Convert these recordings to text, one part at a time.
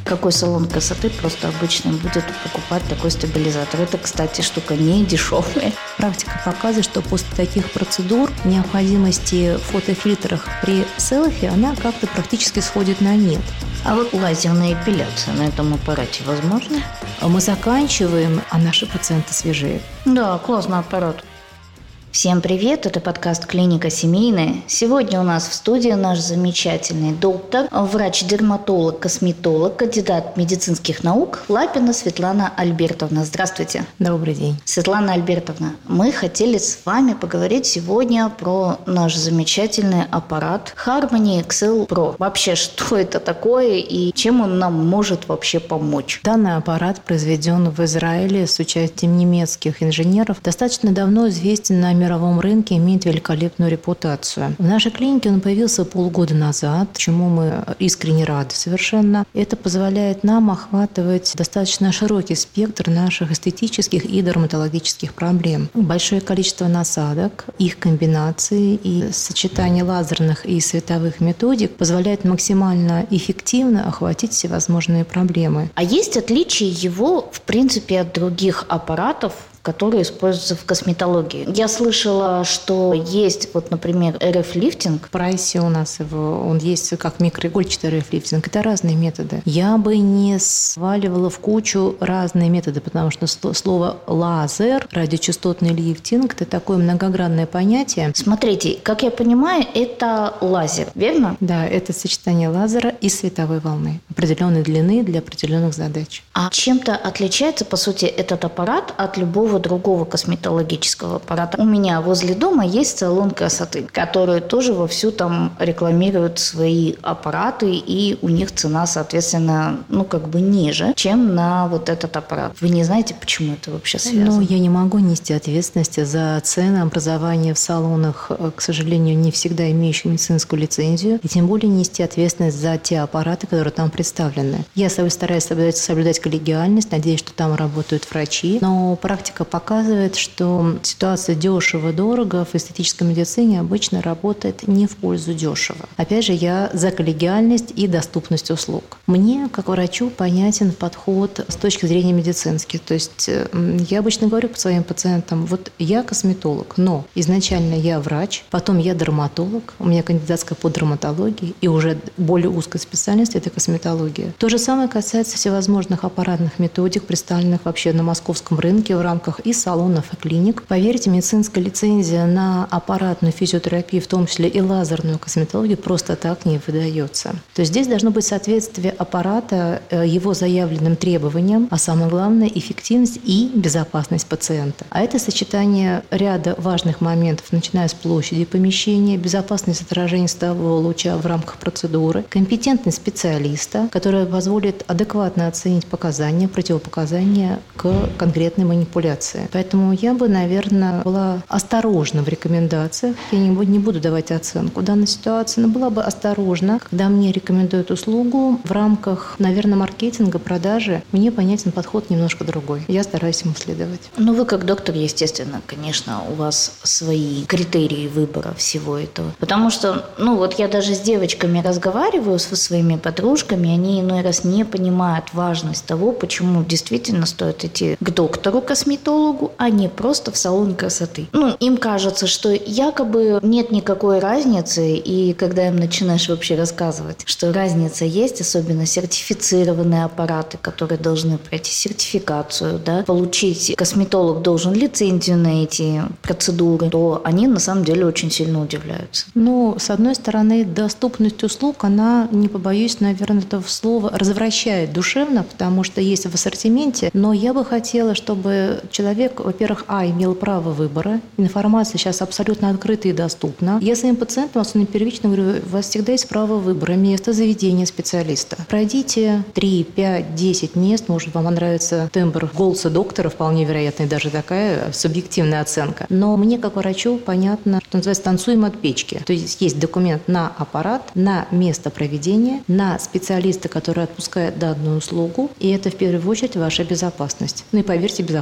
Какой салон красоты просто обычно будет покупать такой стабилизатор? Это, кстати, штука не дешевая. Практика показывает, что после таких процедур необходимости в фотофильтрах при селфи, она как-то практически сходит на нет. А вот лазерная эпиляция на этом аппарате возможно? Мы заканчиваем, а наши пациенты свежеют. Да, классный аппарат. Всем привет, это подкаст «Клиника семейная». Сегодня у нас в студии наш замечательный доктор, врач-дерматолог, косметолог, кандидат медицинских наук Лапина Светлана Альбертовна. Здравствуйте. Добрый день. Светлана Альбертовна, мы хотели с вами поговорить сегодня про наш замечательный аппарат Harmony XL Pro. Вообще, что это такое и чем он нам может вообще помочь? Данный аппарат произведен в Израиле с участием немецких инженеров. Достаточно давно известен на мировом рынке, имеет великолепную репутацию. В нашей клинике он появился полгода назад, чему мы искренне рады совершенно. Это позволяет нам охватывать достаточно широкий спектр наших эстетических и дерматологических проблем. Большое количество насадок, их комбинации и сочетание лазерных и световых методик позволяет максимально эффективно охватить всевозможные проблемы. А есть отличие его, в принципе, от других аппаратов, которые используются в косметологии? Я слышала, что есть, вот, например, РФ-лифтинг. В прайсе у нас он есть как микроигольчатый РФ-лифтинг. Это разные методы. Я бы не сваливала в кучу разные методы, потому что слово «лазер», радиочастотный лифтинг – это такое многогранное понятие. Смотрите, как я понимаю, это лазер, верно? Да, это сочетание лазера и световой волны определенной длины для определенных задач. А чем-то отличается, по сути, этот аппарат от любого другого косметологического аппарата? У меня возле дома есть салон красоты, который тоже вовсю там рекламируют свои аппараты, и у них цена, соответственно, ниже, чем на вот этот аппарат. Вы не знаете, почему это вообще связано? Я не могу нести ответственности за ценообразование в салонах, к сожалению, не всегда имеющих медицинскую лицензию, и тем более нести ответственность за те аппараты, которые там представлены. Я стараюсь соблюдать коллегиальность, надеюсь, что там работают врачи, но практика показывает, что ситуация дешево-дорого в эстетической медицине обычно работает не в пользу дешево. Опять же, я за коллегиальность и доступность услуг. Мне, как врачу, понятен подход с точки зрения медицинской. То есть я обычно говорю своим пациентам, вот я косметолог, но изначально я врач, потом я дерматолог, у меня кандидатская по дерматологии, и уже более узкая специальность – это косметология. То же самое касается всевозможных аппаратных методик, представленных вообще на московском рынке в рамках и салонов, и клиник. Поверьте, медицинская лицензия на аппаратную физиотерапию, в том числе и лазерную косметологию, просто так не выдается. То есть здесь должно быть соответствие аппарата его заявленным требованиям, а самое главное – эффективность и безопасность пациента. А это сочетание ряда важных моментов, начиная с площади помещения, безопасность отражения светового луча в рамках процедуры, компетентность специалиста, которая позволит адекватно оценить показания, противопоказания к конкретной манипуляции. Поэтому я бы, наверное, была осторожна в рекомендациях. Я не буду давать оценку данной ситуации, но была бы осторожна, когда мне рекомендуют услугу в рамках, наверное, маркетинга, продажи. Мне понятен подход немножко другой. Я стараюсь ему следовать. Вы как доктор, естественно, конечно, у вас свои критерии выбора всего этого. Потому что, я даже с девочками разговариваю, со своими подружками, они иной раз не понимают важность того, почему действительно стоит идти к доктору-косметологу, а не просто в салон красоты. Им кажется, что якобы нет никакой разницы, и когда им начинаешь вообще рассказывать, что разница есть, особенно сертифицированные аппараты, которые должны пройти сертификацию, получить, косметолог должен лицензию на эти процедуры, то они на самом деле очень сильно удивляются. С одной стороны, доступность услуг, она, не побоюсь, наверное, этого слова, развращает душевно, потому что есть в ассортименте, но я бы хотела, чтобы человек, во-первых, имел право выбора. Информация сейчас абсолютно открыта и доступна. Я своим пациентам, особенно первично, говорю, у вас всегда есть право выбора места, заведения, специалиста. Пройдите 3, 5, 10 мест, может, вам понравится тембр голоса доктора, вполне вероятно, и даже такая субъективная оценка. Но мне, как врачу, понятно, что называется «танцуем от печки». То есть документ на аппарат, на место проведения, на специалиста, который отпускает данную услугу, и это в первую очередь ваша безопасность. И поверьте, безопасность врача.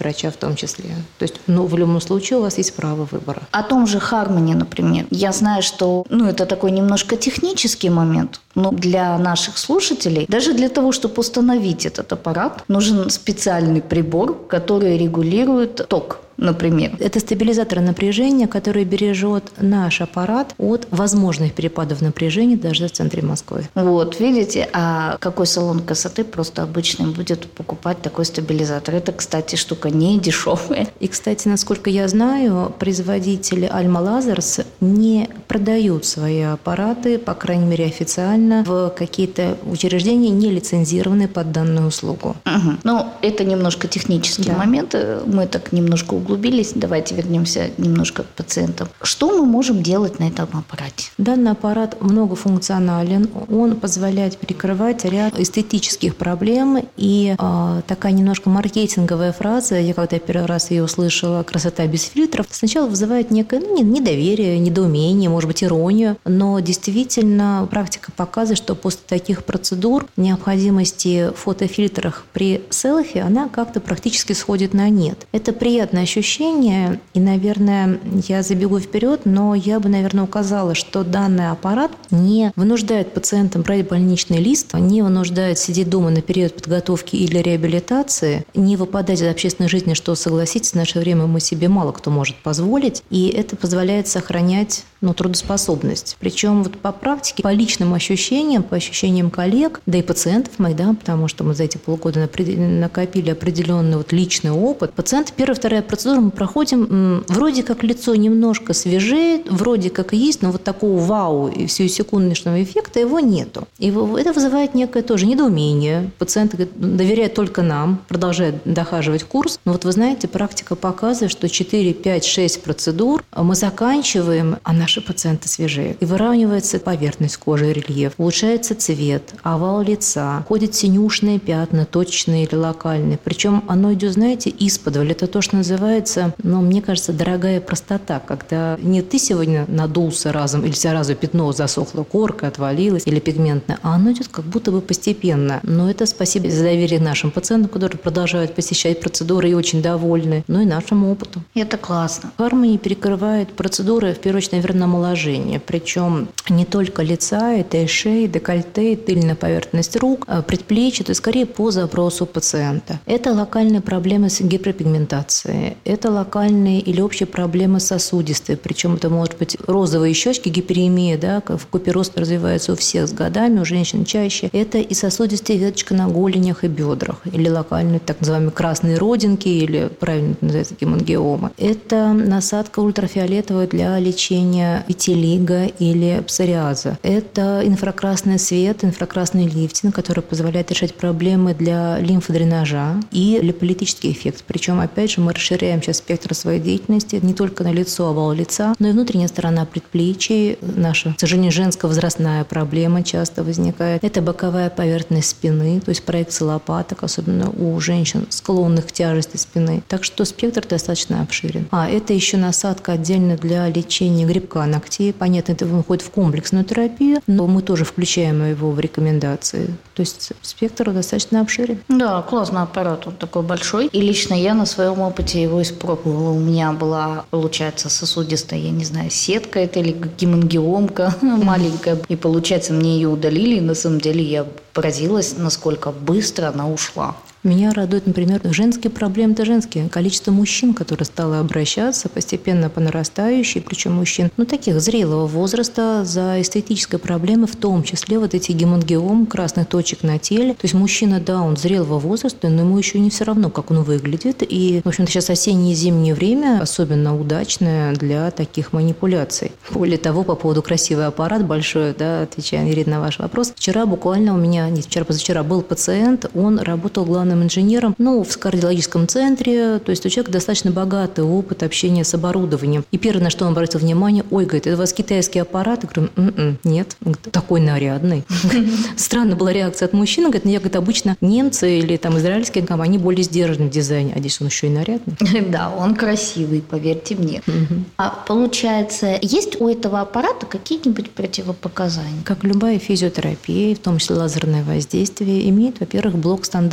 врача в том числе. То есть, в любом случае у вас есть право выбора. О том же Harmony, например. Я знаю, что это такой немножко технический момент, но для наших слушателей, даже для того, чтобы установить этот аппарат, нужен специальный прибор, который регулирует ток. Например. Это стабилизатор напряжения, который бережет наш аппарат от возможных перепадов напряжения даже в центре Москвы. Вот, видите, а какой салон красоты просто обычный будет покупать такой стабилизатор? Это, кстати, штука не дешевая. И, кстати, насколько я знаю, производители Alma Lasers не продают свои аппараты, по крайней мере официально, в какие-то учреждения, не лицензированные под данную услугу. Угу. Это немножко технические моменты. Мы так немножко углубились. Давайте вернемся немножко к пациентам. Что мы можем делать на этом аппарате? Данный аппарат многофункционален. Он позволяет перекрывать ряд эстетических проблем. И такая немножко маркетинговая фраза, я когда первый раз ее услышала, «красота без фильтров», сначала вызывает некое недоверие, недоумение, может быть, иронию. Но действительно практика показывает, что после таких процедур необходимости в фотофильтрах при селфи, она как-то практически сходит на нет. Это приятное ощущение, и, наверное, я забегу вперед, но я бы, наверное, указала, что данный аппарат не вынуждает пациента брать больничный лист, не вынуждает сидеть дома на период подготовки или реабилитации, не выпадать из общественной жизни, что, согласитесь, в наше время мы себе мало кто может позволить, и это позволяет сохранять трудоспособность. Причем по практике, по личным ощущениям, по ощущениям коллег, да и пациентов моих, потому что мы за эти полгода накопили определенный личный опыт. Пациент первая, вторая процедура мы проходим, вроде как лицо немножко свежеет, вроде как и есть, но такого вау и всесекундного эффекта его нету. И это вызывает некое тоже недоумение. Пациент доверяет только нам, продолжает дохаживать курс. Но вы знаете, практика показывает, что 4, 5, 6 процедур мы заканчиваем, а наши пациенты свежеют. И выравнивается поверхность кожи, рельеф, улучшается цвет, овал лица, ходят синюшные пятна, точечные или локальные. Причем оно идет, знаете, исподволь. Это то, что называется, мне кажется, дорогая простота, когда не ты сегодня надулся разом, или у тебя разу пятно засохло, корка отвалилась, или пигментное, а оно идет как будто бы постепенно. Но это спасибо за доверие нашим пациентам, которые продолжают посещать процедуры и очень довольны, и нашему опыту. Это классно. Harmony перекрывает процедуры, в первую очередь, наверное, омоложение. Причем не только лица, это и шея, декольте, и тыльная поверхность рук, предплечья, то есть скорее по запросу пациента. Это локальные проблемы с гиперпигментацией. Это локальные или общие проблемы сосудистые. Причем это может быть розовые щечки, гиперемия, купероз развивается у всех с годами, у женщин чаще. Это и сосудистая веточка на голенях и бедрах, или локальные так называемые красные родинки, или правильно это называется гемангиома. Это насадка ультрафиолетовая для лечения витилиго или псориаза. Это инфракрасный свет, инфракрасный лифтинг, который позволяет решать проблемы для лимфодренажа и липолитический эффект. Причем, опять же, мы расширяем сейчас спектр своей деятельности не только на лицо, овал лица, но и внутренняя сторона предплечий. Наша, к сожалению, женская возрастная проблема часто возникает. Это боковая поверхность спины, то есть проекция лопаток, особенно у женщин, склонных к тяжести спины. Так что спектр достаточно обширен. Это еще насадка отдельно для лечения грибка ногтей. Понятно, это выходит в комплексную терапию, но мы тоже включаем его в рекомендации. То есть спектр достаточно обширен. Да, классный аппарат, он такой большой. И лично я на своем опыте его испробовала. У меня была, получается, сосудистая, я не знаю, сетка это или гемангиомка маленькая. И, получается, мне ее удалили. И на самом деле я поразилась, насколько быстро она ушла. Меня радует, например, женские проблемы, это женские. Количество мужчин, которые стало обращаться постепенно по нарастающей, причем мужчин, таких зрелого возраста, за эстетической проблемой, в том числе эти гемангиомы, красных точек на теле. То есть мужчина, он зрелого возраста, но ему еще не все равно, как он выглядит. И, в общем-то, сейчас осеннее и зимнее время особенно удачное для таких манипуляций. Более того, по поводу красивый аппарат большой, отвечая, Ирина, на ваш вопрос. Вчера буквально у меня, позавчера был пациент, он работал главным инженером, в кардиологическом центре, то есть у человека достаточно богатый опыт общения с оборудованием. И первое, на что он обратил внимание, говорит, это у вас китайский аппарат? Я говорю, нет. Он говорит, такой нарядный. Странная была реакция от мужчины, говорит, обычно немцы или израильские компании более сдержаны в дизайне, а здесь он еще и нарядный. Да, он красивый, поверьте мне. А получается, есть у этого аппарата какие-нибудь противопоказания? Как любая физиотерапия, в том числе лазерное воздействие, имеет, во-первых, блок стандартных противопоказаний.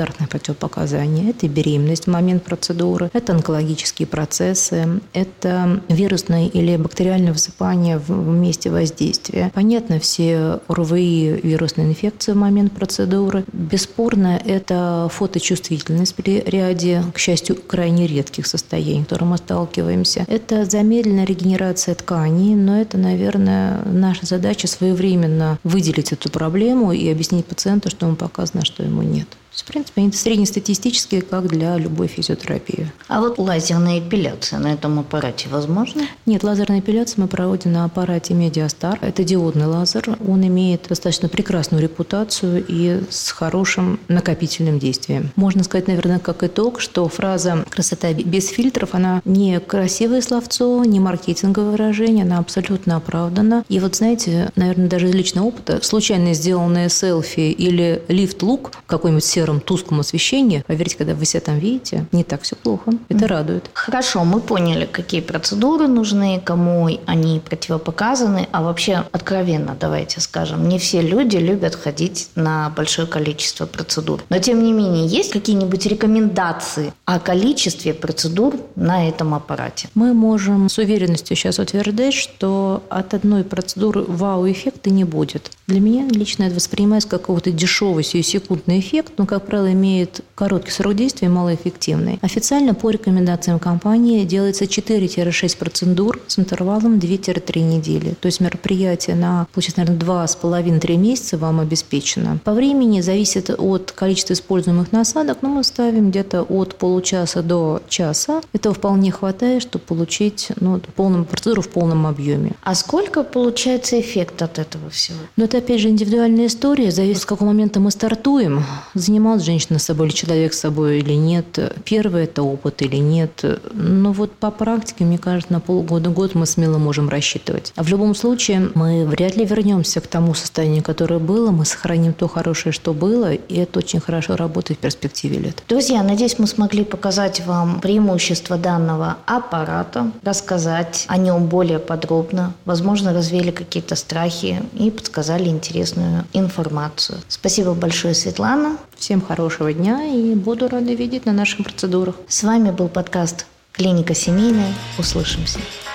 противопоказания. Это беременность в момент процедуры, это онкологические процессы, это вирусные или бактериальные высыпания в месте воздействия. Понятно, все ОРВИ, вирусные инфекции в момент процедуры. Бесспорно, это фоточувствительность при ряде, к счастью, крайне редких состояний, с которыми мы сталкиваемся. Это замедленная регенерация тканей, но это, наверное, наша задача своевременно выделить эту проблему и объяснить пациенту, что ему показано, а что ему нет. В принципе, они среднестатистические, как для любой физиотерапии. А вот лазерная эпиляция на этом аппарате возможно? Нет, лазерная эпиляция мы проводим на аппарате Mediastar. Это диодный лазер. Он имеет достаточно прекрасную репутацию и с хорошим накопительным действием. Можно сказать, наверное, как итог, что фраза «красота без фильтров», она не красивое словцо, не маркетинговое выражение, она абсолютно оправдана. И вот, знаете, наверное, даже из личного опыта, случайно сделанное селфи или лифт-лук в какой-нибудь сером тусклом освещении, поверьте, когда вы себя там видите, не так все плохо. Это радует. Хорошо, мы поняли, какие процедуры нужны, кому они противопоказаны, а вообще откровенно давайте скажем, не все люди любят ходить на большое количество процедур. Но тем не менее, есть какие-нибудь рекомендации о количестве процедур на этом аппарате? Мы можем с уверенностью сейчас утверждать, что от одной процедуры вау-эффекта не будет. Для меня лично это воспринимается как какой-то дешевый сиюсекундный эффект, но, как правило, имеет короткий срок действия и малоэффективный. Официально по рекомендациям компании делается 4-6 процедур с интервалом 2-3 недели. То есть мероприятие на, получается, наверное, 2,5-3 месяца вам обеспечено. По времени зависит от количества используемых насадок, но мы ставим где-то от получаса до часа. Этого вполне хватает, чтобы получить полную процедуру в полном объеме. А сколько получается эффект от этого всего? Но это, опять же, индивидуальная история. Зависит, с какого момента мы стартуем. Занималась женщина с собой или человек с собой или нет. Первый это опыт или нет. Но вот по практике, мне кажется, на полгода-год мы смело можем рассчитывать. А в любом случае мы вряд ли вернемся к тому состоянию, которое было. Мы сохраним то хорошее, что было, и это очень хорошо работает в перспективе лет. Друзья, надеюсь, мы смогли показать вам преимущества данного аппарата, рассказать о нем более подробно, возможно, развеяли какие-то страхи и подсказали интересную информацию. Спасибо большое, Светлана. Всем хорошего дня и буду рада видеть на наших процедурах. С вами был подкаст «Клиника семейная». Услышимся.